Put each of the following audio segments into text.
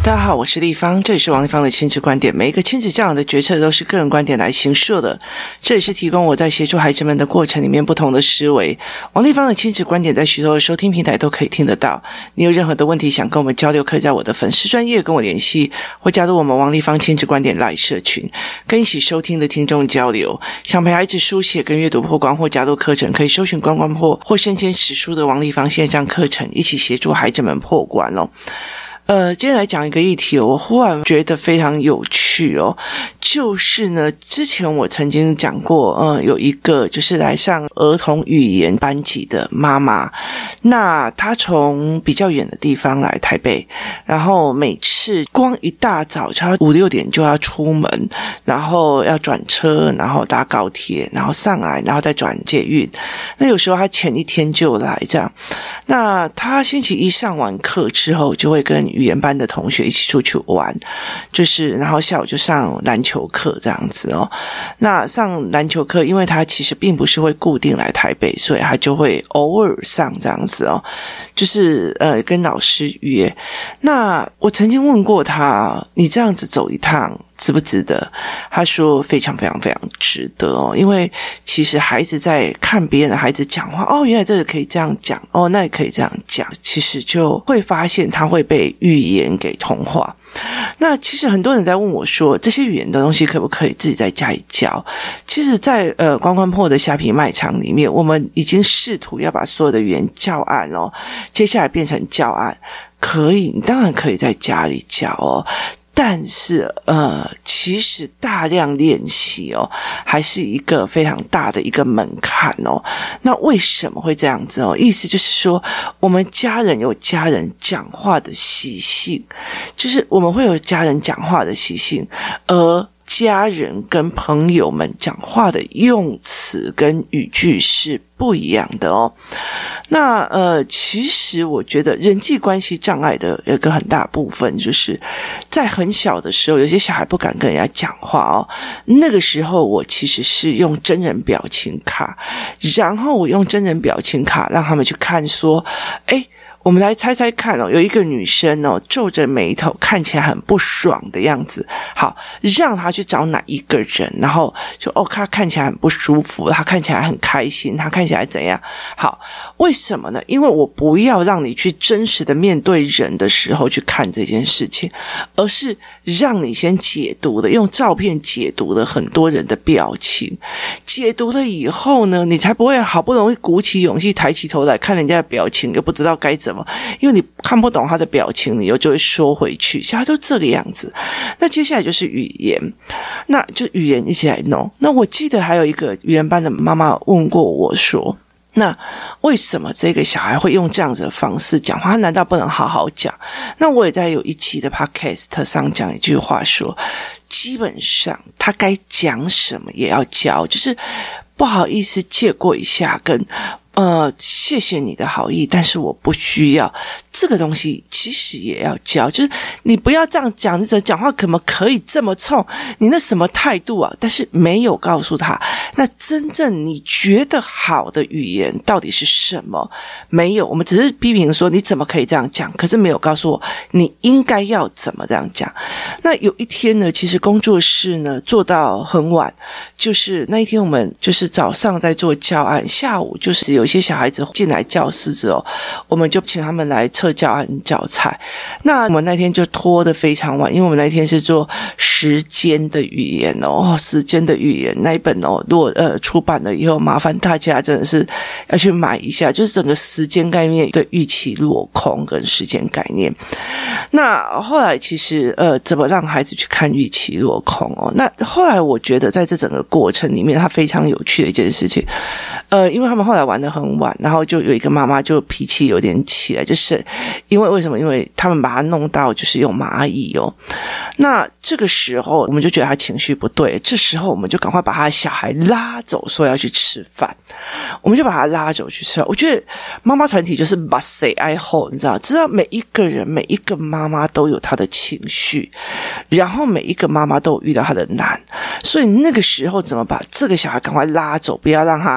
大家好，我是立方，这里是王立方的亲子观点。每一个亲子教养的决策都是个人观点来形塑的，这也是提供我在协助孩子们的过程里面不同的思维。王立方的亲子观点在许多的收听平台都可以听得到。你有任何的问题想跟我们交流，可以在我的粉丝专页跟我联系，或加入我们王立方亲子观点 LINE 社群，跟一起收听的听众交流。想陪孩子书写跟阅读破关或加入课程，可以搜寻关关破或生鲜史书的王立方线上课程，一起协助孩子们破关哦。今天来讲一个议题，我忽然觉得非常有趣哦，就是呢，之前我曾经讲过，有一个就是来上儿童语言班级的妈妈，那她从比较远的地方来台北，然后每次光一大早，她5、6点就要出门，然后要转车，然后搭高铁，然后上来，然后再转捷运。那有时候她前一天就来这样，那她星期一上完课之后，就会跟语言班的同学一起出去玩，就是然后下午就上篮球课这样子哦。那上篮球课，因为他其实并不是会固定来台北，所以他就会偶尔上这样子哦，就是跟老师约。那我曾经问过他，你这样子走一趟值不值得？他说非常非常非常值得哦，因为其实孩子在看别人的孩子讲话，哦，原来这个可以这样讲，哦，那也可以这样讲，其实就会发现他会被语言给同化。那其实很多人在问我说，这些语言的东西可不可以自己在家里教？其实在关关破的虾皮卖场里面，我们已经试图要把所有的语言教案哦，接下来变成教案，可以，你当然可以在家里教哦。但是其实大量练习哦，还是一个非常大的一个门槛哦。那为什么会这样子哦？意思就是说，我们家人有家人讲话的习性，就是我们会有家人讲话的习性，而家人跟朋友们讲话的用词跟语句是不一样的哦。那其实我觉得人际关系障碍的有一个很大部分，就是在很小的时候，有些小孩不敢跟人家讲话哦。那个时候我其实是用真人表情卡，然后我用真人表情卡让他们去看说，我们来猜猜看哦，有一个女生哦，皱着眉头，看起来很不爽的样子。好，让她去找哪一个人，然后就她看起来很不舒服，她看起来很开心，她看起来怎样？好，为什么呢？因为我不要让你去真实的面对人的时候去看这件事情，而是让你先解读的，用照片解读了很多人的表情，解读了以后呢，你才不会好不容易鼓起勇气抬起头来看人家的表情，又不知道该怎么，因为你看不懂他的表情，你又就会缩回去，像他都这个样子。那接下来就是语言，那就语言一起来弄。那我记得还有一个语言班的妈妈问过我说，那为什么这个小孩会用这样子的方式讲话？他难道不能好好讲？那我也在有一期的 podcast 上讲一句话说，基本上他该讲什么也要教，就是不好意思借过一下，跟谢谢你的好意，但是我不需要这个东西，其实也要教，就是你不要这样讲，你讲话可不可以这么冲？你那什么态度啊？但是没有告诉他，那真正你觉得好的语言到底是什么？没有，我们只是批评说你怎么可以这样讲，可是没有告诉我你应该要怎么这样讲。那有一天呢，其实工作室呢做到很晚，就是那一天我们就是早上在做教案，下午就是有一些小孩子进来教室之后，我们就请他们来测教案教材。那我们那天就拖得非常晚，因为我们那天是做时间的语言哦，时间的语言那一本哦，如果出版了以后，麻烦大家真的是要去买一下，就是整个时间概念的预期落空跟时间概念。那后来其实怎么让孩子去看预期落空哦？那后来我觉得在这整个过程里面，它非常有趣的一件事情。因为他们后来玩得很晚，然后就有一个妈妈就脾气有点起来，就是因为为什么？因为他们把他弄到就是有蚂蚁哦。那这个时候我们就觉得他情绪不对，这时候我们就赶快把他的小孩拉走，说要去吃饭，我们就把他拉走去吃饭。我觉得妈妈团体就是把谁爱后，你知道每一个人每一个妈妈都有她的情绪，然后每一个妈妈都有遇到她的难，所以那个时候怎么把这个小孩赶快拉走，不要让他妈妈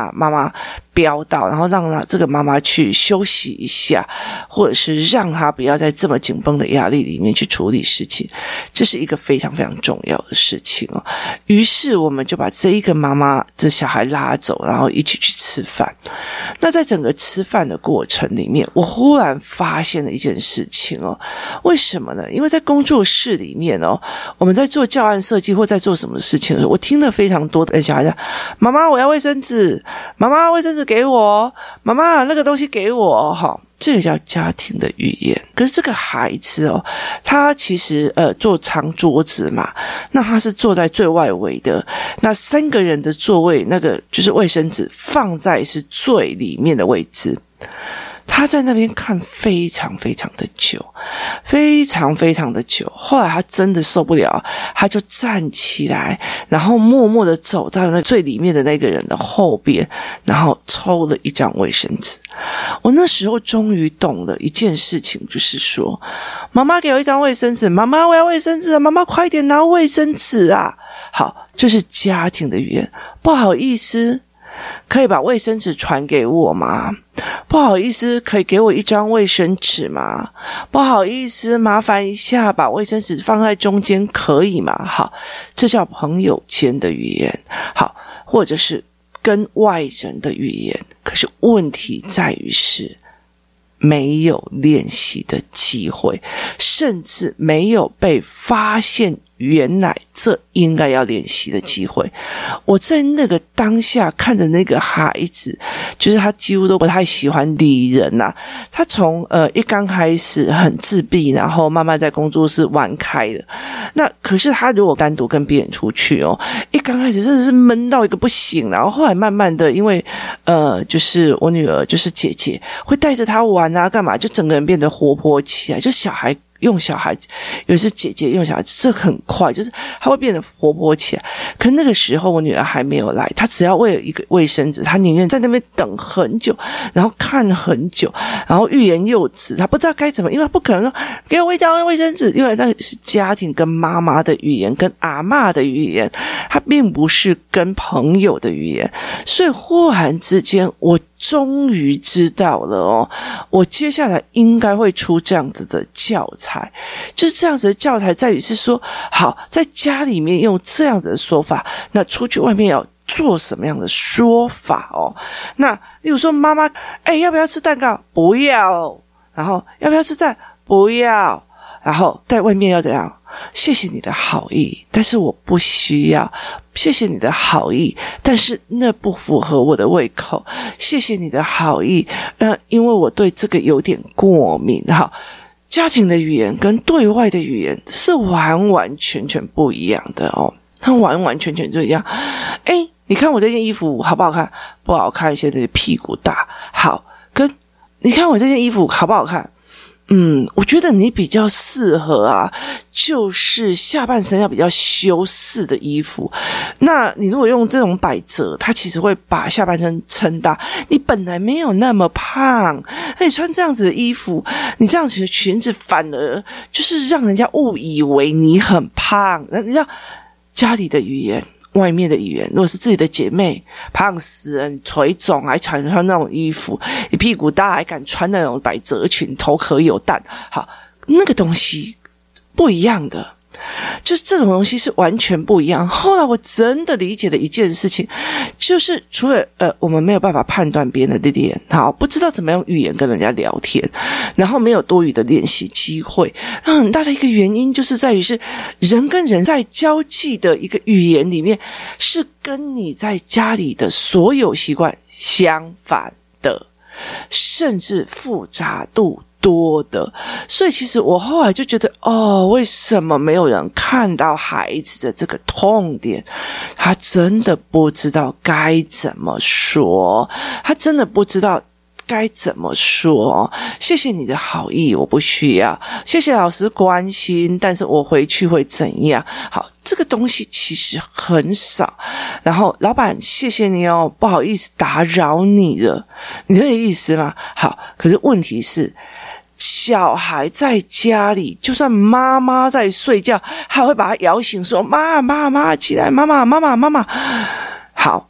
妈飙到，然后让这个妈妈去休息一下，或者是让她不要在这么紧绷的压力里面去处理事情，这是一个非常非常重要的事情哦。于是我们就把这一个妈妈这小孩拉走，然后一起去吃饭。那在整个吃饭的过程里面，我忽然发现了一件事情哦。为什么呢？因为在工作室里面哦，我们在做教案设计或在做什么事情，我听了非常多的小孩讲：妈妈，我要卫生纸，妈妈，卫生纸给我，妈妈，那个东西给我，哈。这个叫家庭的语言。可是这个孩子哦，他其实坐长桌子嘛，那他是坐在最外围的，那3个人的座位，那个就是卫生纸放在是最里面的位置。他在那边看非常非常的久，非常非常的久。后来他真的受不了，他就站起来，然后默默的走到那最里面的那个人的后边，然后抽了一张卫生纸。我那时候终于懂了一件事情，就是说，妈妈给我一张卫生纸，妈妈我要卫生纸啊，妈妈快点拿卫生纸啊。好，就是家庭的语言。不好意思，可以把卫生纸传给我吗？不好意思，可以给我一张卫生纸吗？不好意思，麻烦一下把卫生纸放在中间可以吗？好，这叫朋友间的语言。好，或者是跟外人的语言。可是问题在于是没有练习的机会，甚至没有被发现原来这应该要练习的机会。我在那个当下看着那个孩子，就是他几乎都不太喜欢理人啊。他从一刚开始很自闭，然后慢慢在工作室玩开了。那可是他如果单独跟别人出去哦，一刚开始真的是闷到一个不行，然后后来慢慢的，因为就是我女儿就是姐姐会带着他玩啊，干嘛，就整个人变得活泼起来，就小孩用小孩，有时姐姐用小孩，这很快，就是他会变得活泼起来。可那个时候我女儿还没有来，她只要为了一个卫生纸，她宁愿在那边等很久，然后看很久，然后欲言又止，她不知道该怎么，因为她不可能说给我一张卫生纸，因为那是家庭跟妈妈的语言，跟阿嬷的语言，她并不是跟朋友的语言。所以忽然之间我终于知道了哦，我接下来应该会出这样子的教材，就是这样子的教材在于是说，好，在家里面用这样子的说法，那出去外面要做什么样的说法哦？那例如说妈妈，要不要吃蛋糕？不要。然后要不要吃蛋？不要。然后在外面要怎样？谢谢你的好意，但是我不需要。谢谢你的好意，但是那不符合我的胃口。谢谢你的好意，因为我对这个有点过敏。好，家庭的语言跟对外的语言是完完全全不一样的哦，它完完全全就一样。你看我这件衣服好不好看？不好看，现在屁股大。好，跟你看我这件衣服好不好看？我觉得你比较适合啊，就是下半身要比较修饰的衣服。那你如果用这种百褶，它其实会把下半身撑大。你本来没有那么胖，那你穿这样子的衣服，你这样子的裙子反而就是让人家误以为你很胖。那你知道家里的语言，外面的语言，如果是自己的姐妹，胖死人，腿肿还穿那种衣服，你屁股大还敢穿那种百褶裙，头壳有蛋，好，那个东西不一样的，就是这种东西是完全不一样。后来我真的理解了一件事情，就是除了我们没有办法判断别人的脸，好，不知道怎么用语言跟人家聊天，然后没有多余的练习机会，那很大的一个原因就是在于是人跟人在交际的一个语言里面是跟你在家里的所有习惯相反的，甚至复杂度多的。所以其实我后来就觉得为什么没有人看到孩子的这个痛点？他真的不知道该怎么说，他真的不知道该怎么说。谢谢你的好意，我不需要。谢谢老师关心，但是我回去会怎样？好，这个东西其实很少。然后老板谢谢你哦，不好意思打扰你了，你这个意思吗？好，可是问题是小孩在家里，就算妈妈在睡觉，还会把他摇醒说妈起来，妈妈。好，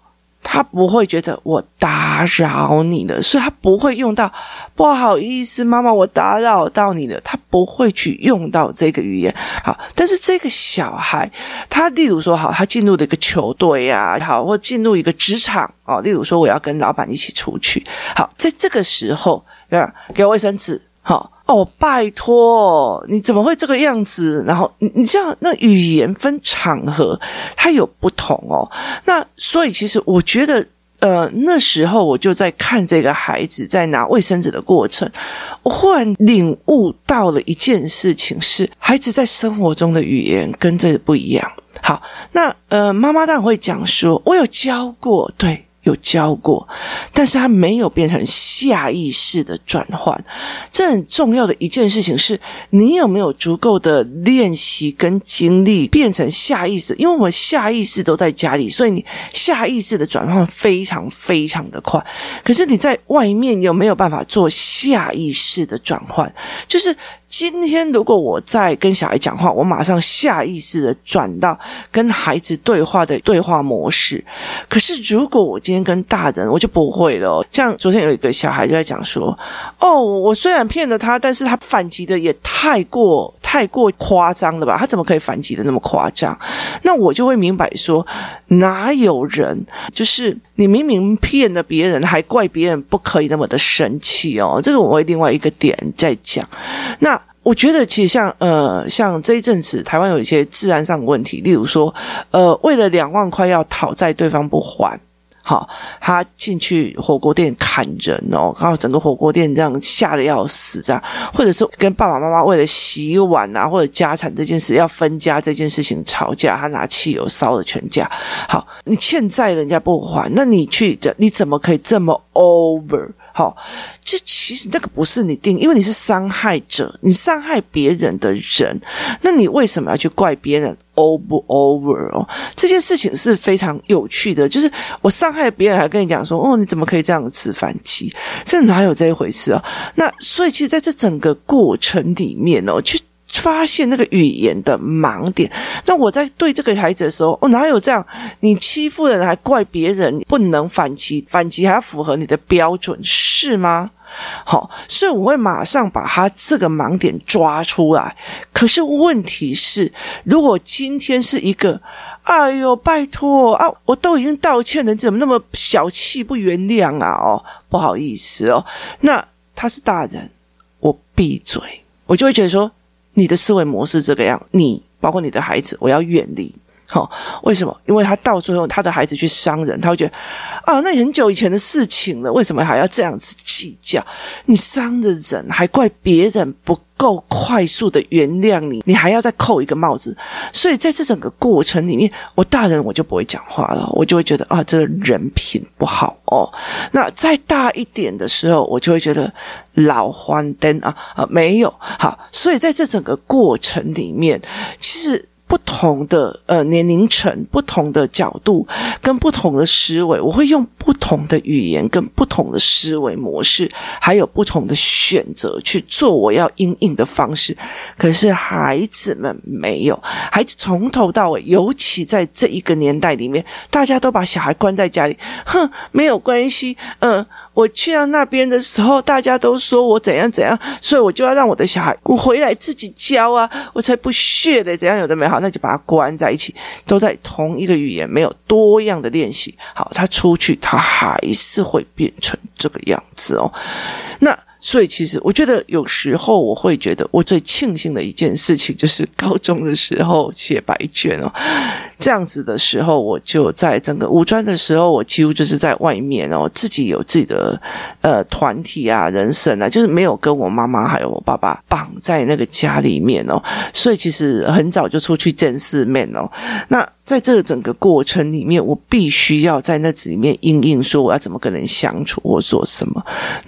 他不会觉得我打扰你了，所以他不会用到不好意思妈妈我打扰到你了，他不会去用到这个语言。好，但是这个小孩他例如说好，他进入了一个球队啊，好，或进入一个职场哦，例如说我要跟老板一起出去，好，在这个时候给我卫生纸，好哦，拜托，你怎么会这个样子？然后你这样，那语言分场合，它有不同哦。那所以其实我觉得，那时候我就在看这个孩子在拿卫生纸的过程，我忽然领悟到了一件事情是，孩子在生活中的语言跟这个不一样。好，那妈妈当然会讲说，我有教过，对。有教过，但是它没有变成下意识的转换。这很重要的一件事情是，你有没有足够的练习跟经历变成下意识？因为我们下意识都在家里，所以你下意识的转换非常非常的快。可是你在外面有没有办法做下意识的转换？就是今天如果我在跟小孩讲话，我马上下意识的转到跟孩子对话的对话模式。可是如果我今天跟大人，我就不会了哦。像昨天有一个小孩就在讲说，哦，我虽然骗了他，但是他反击的也太过夸张了吧？他怎么可以反击的那么夸张？那我就会明白说，哪有人就是你明明骗了别人，还怪别人不可以那么的生气哦。这个我会另外一个点再讲。那我觉得其实像这一阵子台湾有一些治安上的问题，例如说为了2万块要讨债对方不还，好，他进去火锅店砍人哦，然后整个火锅店这样吓得要死这样，或者是跟爸爸妈妈为了洗碗啊或者家产这件事要分家这件事情吵架，他拿汽油烧了全家。好，你欠债人家不还，那你怎么可以这么 over？ 好，这其实那个不是你定，因为你是伤害者，你伤害别人的人，那你为什么要去怪别人 over 不 over 哦？这件事情是非常有趣的，就是我伤害别人还跟你讲说，哦，你怎么可以这样吃反击？这哪有这一回事啊？那所以其实在这整个过程里面哦，去发现那个语言的盲点。那我在对这个孩子的时候，哪有这样？你欺负人还怪别人不能反击，反击还要符合你的标准，是吗？好，所以我会马上把他这个盲点抓出来。可是问题是，如果今天是一个哎呦拜托啊，我都已经道歉了，你怎么那么小气不原谅啊？哦，不好意思哦。那他是大人，我闭嘴，我就会觉得说，你的思维模式这个样，你包括你的孩子，我要远离。好，为什么？因为他到最后他的孩子去伤人，他会觉得啊，那很久以前的事情了，为什么还要这样子计较？你伤了人，还怪别人不够快速的原谅你，你还要再扣一个帽子。所以在这整个过程里面，我大人我就不会讲话了，我就会觉得啊，这个人品不好哦。那再大一点的时候，我就会觉得老欢灯没有好。所以在这整个过程里面，其实不同的年龄层、不同的角度跟不同的思维，我会用不同的语言跟不同的思维模式，还有不同的选择去做我要因应的方式。可是孩子们没有，孩子从头到尾，尤其在这一个年代里面，大家都把小孩关在家里，没有关系，我去到那边的时候，大家都说我怎样怎样，所以我就要让我的小孩我回来自己教啊，我才不屑的怎样有的没好，那就把他关在一起，都在同一个语言，没有多样的练习。好，他出去他还是会变成这个样子哦。那所以其实我觉得有时候我会觉得我最庆幸的一件事情就是高中的时候写白卷哦，这样子的时候我就在整个五专的时候，我几乎就是在外面哦，自己有自己的团体啊、人生啊，就是没有跟我妈妈还有我爸爸绑在那个家里面哦，所以其实很早就出去见世面哦。那在这个整个过程里面，我必须要在那里面因应说我要怎么跟人相处或做什么。那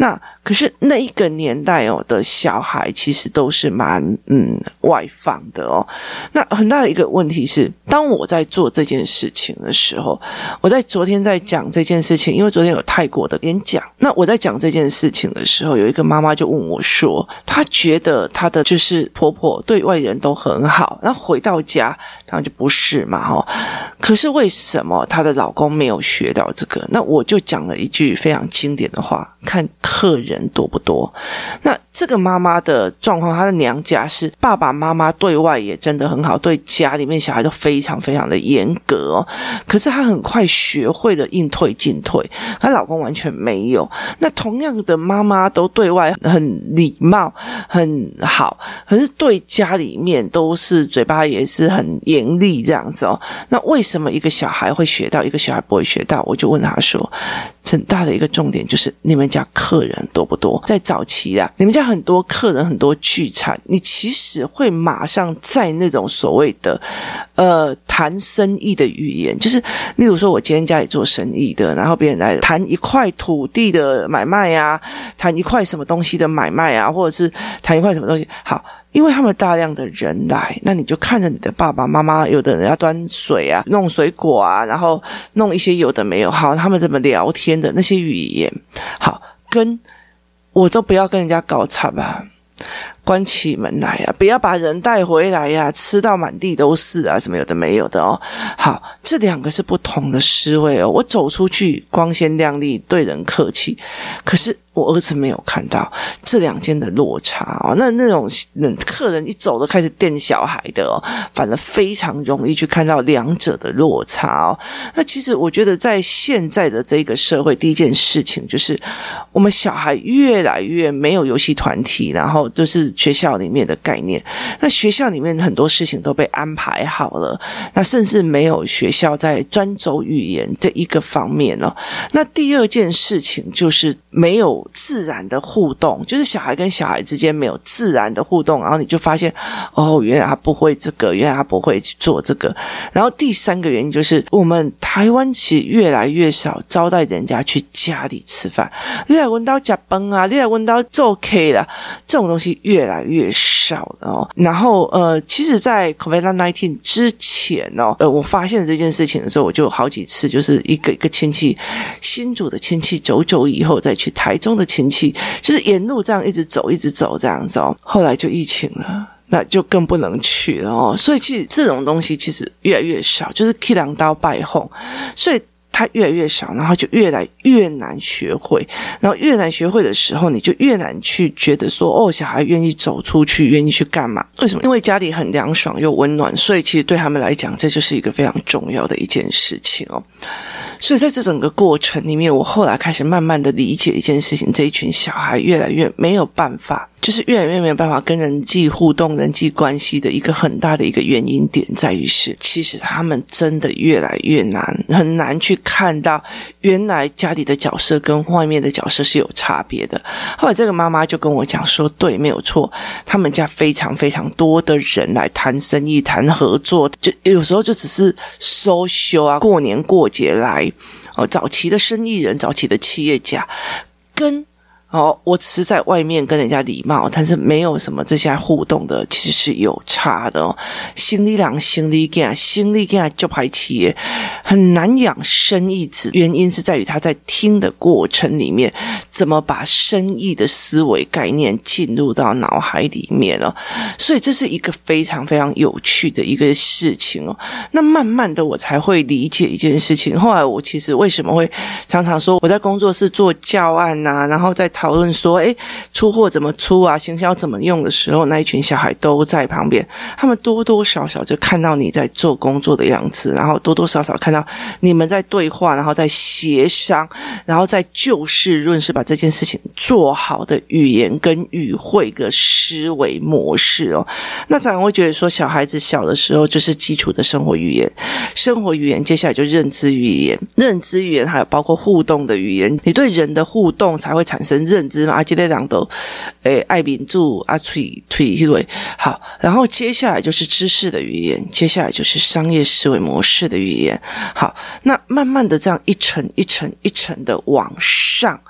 可是那一个年代的小孩其实都是蛮外放的那很大的一个问题是，当我在做这件事情的时候，我在昨天在讲这件事情，因为昨天有泰国的演讲，那我在讲这件事情的时候，有一个妈妈就问我说，她觉得她的就是婆婆对外人都很好，然后回到家然后就不是嘛可是为什么她的老公没有学到这个？那我就讲了一句非常经典的话，看客人多不多。那这个妈妈的状况，她的娘家是爸爸妈妈对外也真的很好，对家里面小孩都非常非常的严格可是她很快学会了应退进退，她老公完全没有。那同样的妈妈都对外很礼貌很好，可是对家里面都是嘴巴也是很严厉这样子那为什么一个小孩会学到，一个小孩不会学到？我就问他说，很大的一个重点就是你们家客人多不多？在早期你们家很多客人，很多聚餐，你其实会马上在那种所谓的谈生意的语言，就是例如说我今天家里做生意的，然后别人来谈一块土地的买卖谈一块什么东西的买卖或者是谈一块什么东西。好，因为他们大量的人来，那你就看着你的爸爸妈妈，有的人要端水弄水果然后弄一些有的没有，好，他们怎么聊天的那些语言，好，跟我都不要跟人家搞吵关起门来不要把人带回来吃到满地都是什么有的没有的好，这两个是不同的思维我走出去光鲜亮丽，对人客气，可是我儿子没有看到这两间的落差那种客人一走都开始电小孩的反而非常容易去看到两者的落差那其实我觉得在现在的这个社会，第一件事情就是我们小孩越来越没有游戏团体，然后就是学校里面的概念，那学校里面很多事情都被安排好了，那甚至没有学校在专走语言这一个方面那第二件事情就是没有自然的互动，就是小孩跟小孩之间没有自然的互动，然后你就发现原来他不会这个，原来他不会做这个。然后第三个原因就是我们台湾其实越来越少招待人家去家里吃饭，你来闻到吃饭你来闻到做 K 啦，这种东西越来越少了然后其实在 COVID-19 之前我发现这件事情的时候，我就好几次就是一个亲戚，新竹的亲戚走以后再去台中的亲戚，就是沿路这样一直走这样子后来就疫情了，那就更不能去了所以其实这种东西其实越来越少，就是去两刀败哄，所以它越来越少，然后就越来越难学会，然后越难学会的时候，你就越难去觉得说小孩愿意走出去，愿意去干嘛？为什么？因为家里很凉爽又温暖，所以其实对他们来讲，这就是一个非常重要的一件事情所以在这整个过程里面，我后来开始慢慢的理解一件事情，这一群小孩越来越没有办法，就是越来越没有办法跟人际互动、人际关系的一个很大的一个原因点在于是，其实他们真的越来越难，很难去看到原来家里的角色跟外面的角色是有差别的。后来这个妈妈就跟我讲说，对，没有错，他们家非常非常多的人来谈生意、谈合作，就有时候就只是social过年过节来早期的生意人、早期的企业家跟我只是在外面跟人家礼貌，但是没有什么这些互动的，其实是有差的心理人心理囝就排企业很难养生意子，原因是在于他在听的过程里面，怎么把生意的思维概念进入到脑海里面所以这是一个非常非常有趣的一个事情那慢慢的我才会理解一件事情。后来我其实为什么会常常说我在工作室做教案然后在讨论说出货怎么出行销怎么用的时候，那一群小孩都在旁边，他们多多少少就看到你在做工作的样子，然后多多少少看到你们在对话，然后在协商，然后在就事论事把这件事情做好的语言跟语汇的思维模式那常常会觉得说小孩子小的时候就是基础的生活语言，生活语言接下来就认知语言，认知语言还有包括互动的语言，你对人的互动才会产生认知嘛，这类人都爱民主嘴好，然后接下来就是知识的语言，接下来就是商业思维模式的语言。好，那慢慢的这样一层一层一层的往上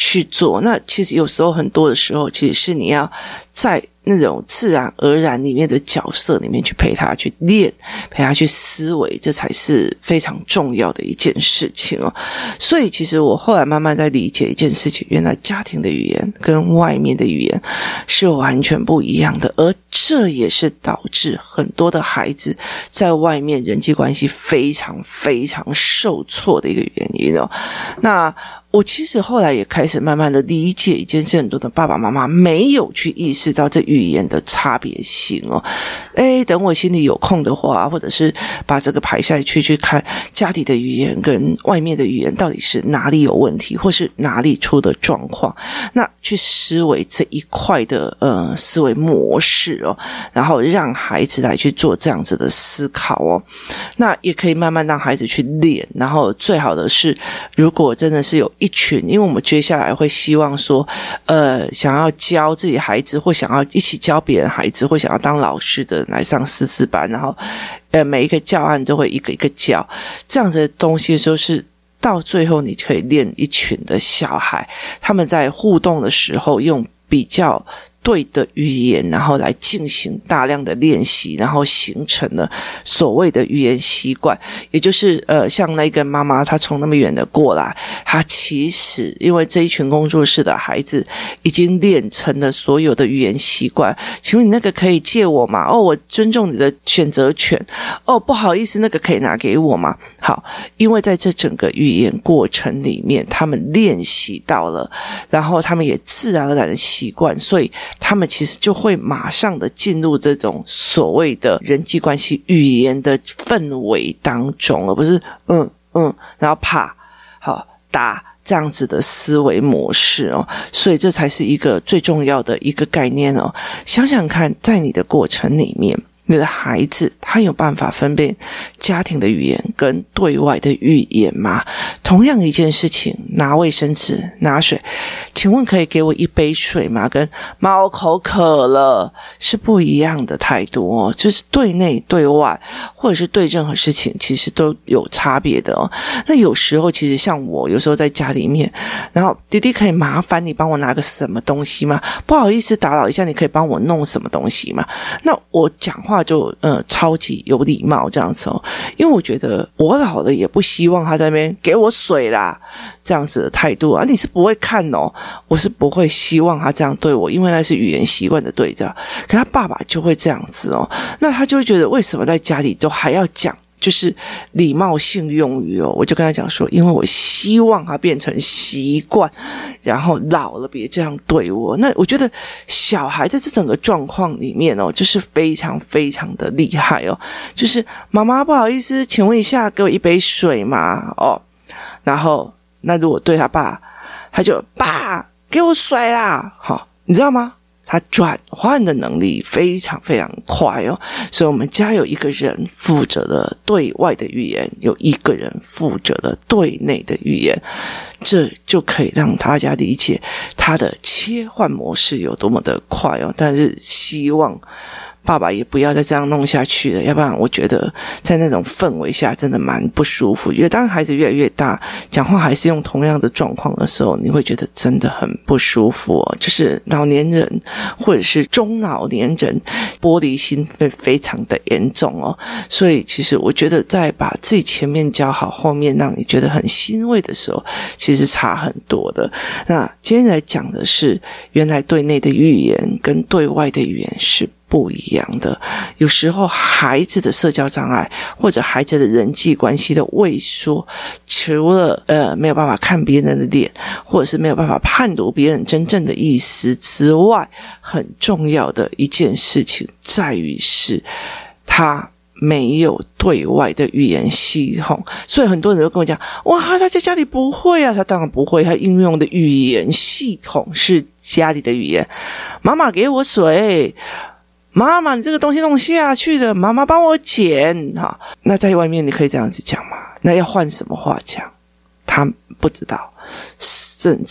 去做。那其实有时候很多的时候，其实是你要在那种自然而然里面的角色里面去陪他去练，陪他去思维，这才是非常重要的一件事情哦。所以其实我后来慢慢在理解一件事情，原来家庭的语言跟外面的语言是完全不一样的，而这也是导致很多的孩子在外面人际关系非常非常受挫的一个原因哦。那我其实后来也开始慢慢的理解一件事，很多的爸爸妈妈没有去意识到这语言的差别性哦。等我心里有空的话，或者是把这个排下去看家里的语言跟外面的语言到底是哪里有问题，或是哪里出的状况，那去思维这一块的思维模式哦，然后让孩子来去做这样子的思考哦。那也可以慢慢让孩子去练，然后最好的是，如果真的是有一群，因为我们接下来会希望说想要教自己孩子，或想要一起教别人孩子，或想要当老师的人来上师资班，然后每一个教案都会一个一个教，这样子的东西就是到最后你可以练一群的小孩，他们在互动的时候用比较对的语言，然后来进行大量的练习，然后形成了所谓的语言习惯。也就是像那个妈妈她从那么远的过来，她其实因为这一群工作室的孩子已经练成了所有的语言习惯，请问你那个可以借我吗？哦，我尊重你的选择权。哦，不好意思，那个可以拿给我吗？好，因为在这整个语言过程里面他们练习到了，然后他们也自然而然的习惯，所以他们其实就会马上的进入这种所谓的人际关系语言的氛围当中，而不是然后啪好打这样子的思维模式哦。所以这才是一个最重要的一个概念哦。想想看，在你的过程里面，你的孩子他有办法分辨家庭的语言跟对外的语言吗？同样一件事情，拿卫生纸拿水，请问可以给我一杯水吗？跟妈我口渴了是不一样的态度哦。就是对内对外或者是对任何事情其实都有差别的哦。那有时候其实像我有时候在家里面，然后弟弟可以麻烦你帮我拿个什么东西吗？不好意思打扰一下，你可以帮我弄什么东西吗？那我讲话就超级有礼貌这样子哦。因为我觉得我老了也不希望他在那边给我水啦这样子的态度啊。你是不会看哦，我是不会希望他这样对我，因为那是语言习惯的对照。可他爸爸就会这样子哦，那他就会觉得为什么在家里都还要讲就是礼貌性用语哦。我就跟他讲说，因为我希望他变成习惯，然后老了别这样对我。那我觉得小孩在这整个状况里面哦，就是非常非常的厉害哦。就是妈妈不好意思，请问一下给我一杯水吗？哦，然后那如果对他爸，他就爸给我水啦，好，你知道吗？他转换的能力非常非常快哦。所以我们家有一个人负责了对外的语言，有一个人负责了对内的语言，这就可以让大家理解他的切换模式有多么的快哦。但是希望爸爸也不要再这样弄下去了，要不然我觉得在那种氛围下真的蛮不舒服。因为当孩子越来越大，讲话还是用同样的状况的时候，你会觉得真的很不舒服哦。就是老年人或者是中老年人玻璃心会非常的严重哦。所以其实我觉得在把自己前面教好，后面让你觉得很欣慰的时候，其实差很多的。那今天来讲的是，原来对内的语言跟对外的语言是不一样的。有时候孩子的社交障碍或者孩子的人际关系的畏缩，除了没有办法看别人的脸，或者是没有办法判读别人真正的意思之外，很重要的一件事情在于是他没有对外的语言系统。所以很多人都跟我讲，哇，他在家里不会啊。他当然不会，他运用的语言系统是家里的语言。妈妈给我水，妈妈你这个东西弄下去的，妈妈帮我捡哈。那在外面你可以这样子讲吗？那要换什么话讲？他不知道，甚至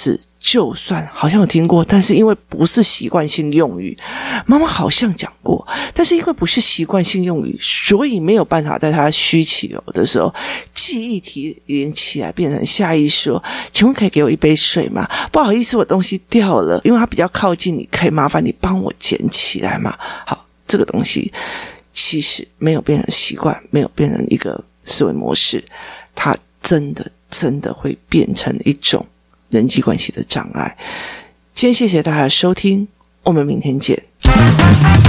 就算好像有听过，但是因为不是习惯性用语，妈妈好像讲过，但是因为不是习惯性用语，所以没有办法在他虚起有的时候记忆提连起来，变成下意识说，请问可以给我一杯水吗？不好意思，我东西掉了，因为他比较靠近你，可以麻烦你帮我捡起来吗？好，这个东西其实没有变成习惯，没有变成一个思维模式，它真的会变成一种人际关系的障碍。今天谢谢大家的收听，我们明天见。